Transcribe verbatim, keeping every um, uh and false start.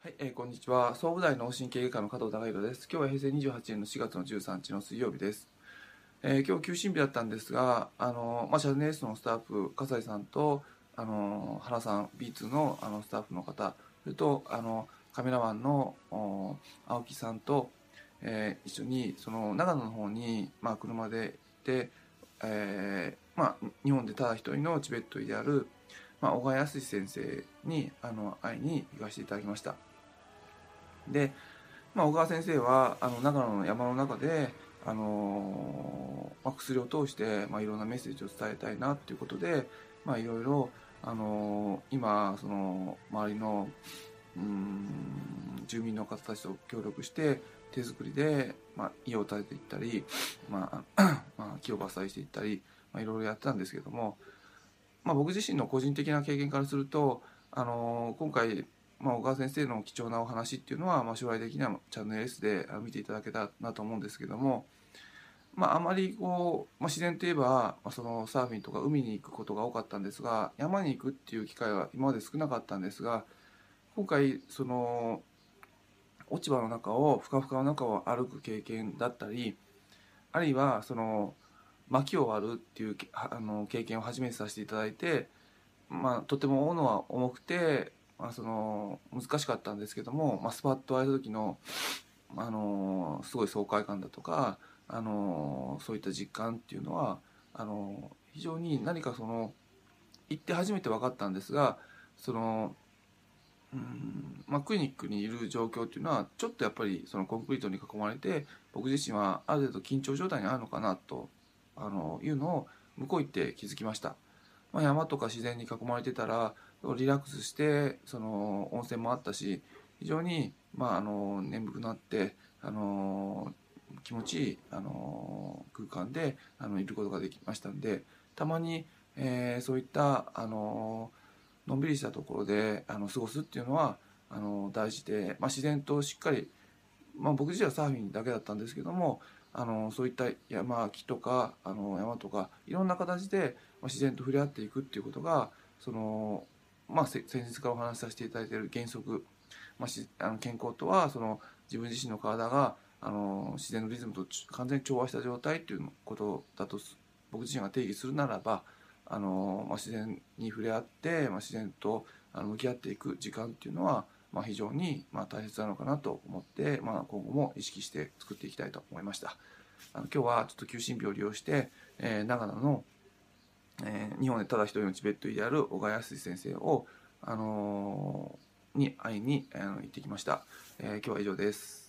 はい、えー、こんにちは。総武大脳神経外科の加藤孝弘です。今日は平成にじゅうはちねんのしがつのじゅうさんにちの水曜日です。えー今日休診日だったんですが、あのまあ、シャルネエスのスタッフ、笠井さんと、あの原さん、ビーツー のあのスタッフの方、それとあのカメラマンのお青木さんと、えー一緒にその長野の方に、まあ、車で行って、えーまあ、日本でただ一人のチベット医である、まあ、小川康先生にあの会いに行かせていただきました。で、まあ、小川先生はあの長野の山の中で、あのまあ、薬を通して、まあ、いろんなメッセージを伝えたいなっていうことで、まあ、いろいろ、あの今その周りのうん住民の方たちと協力して手作りで、まあ、家を建てていったり、まあまあ、木を伐採していったり、まあ、いろいろやってたんですけども、まあ、僕自身の個人的な経験からすると、あの今回、まあ、小川先生の貴重なお話っていうのは、まあ、将来的にはチャンネル エス で見ていただけたらなと思うんですけども、まあ、あまりこう、まあ、自然といえば、まあ、そのサーフィンとか海に行くことが多かったんですが、山に行くっていう機会は今まで少なかったんですが、今回その落ち葉の中をふかふかの中を歩く経験だったり、あるいはその薪を割るっていうあの経験を初めてさせていただいて、まあ、とても斧は重くて、まあ、その難しかったんですけども、まあ、スパッと割れた時の、あのすごい爽快感だとか、あのそういった実感っていうのはあの非常に何かその行って初めて分かったんですが、そのうんまあ、クリニックにいる状況っていうのはちょっとやっぱりそのコンクリートに囲まれて僕自身はある程度緊張状態にあるのかなとあのいうのを向こう行って気づきました。まあ、山とか自然に囲まれてたらリラックスしてその温泉もあったし、非常に、まあ、あの眠くなってあの気持ちいいあの空間であのいることができましたんで、たまに、えーそういったあののんびりしたところであの過ごすっていうのはあの大事で、まあ、自然としっかり、まあ、僕自身はサーフィンだけだったんですけども、あのそういった山木とかあの山とかいろんな形で自然と触れ合っていくっていうことがその、まあ、先日からお話しさせていただいている原則、まあ、しあの健康とはその自分自身の体があの自然のリズムと完全に調和した状態っていうことだと僕自身が定義するならば、あの、まあ、自然に触れ合って、まあ、自然とあの向き合っていく時間っていうのは、まあ、非常にまあ大切なのかなと思って、まあ、今後も意識して作っていきたいと思いました。あの今日はちょっと休診日を利用して、えー、長野の、えー日本でただ一人のチベット医である小川康先生を、あのーに会いに、あの行ってきました。えー今日は以上です。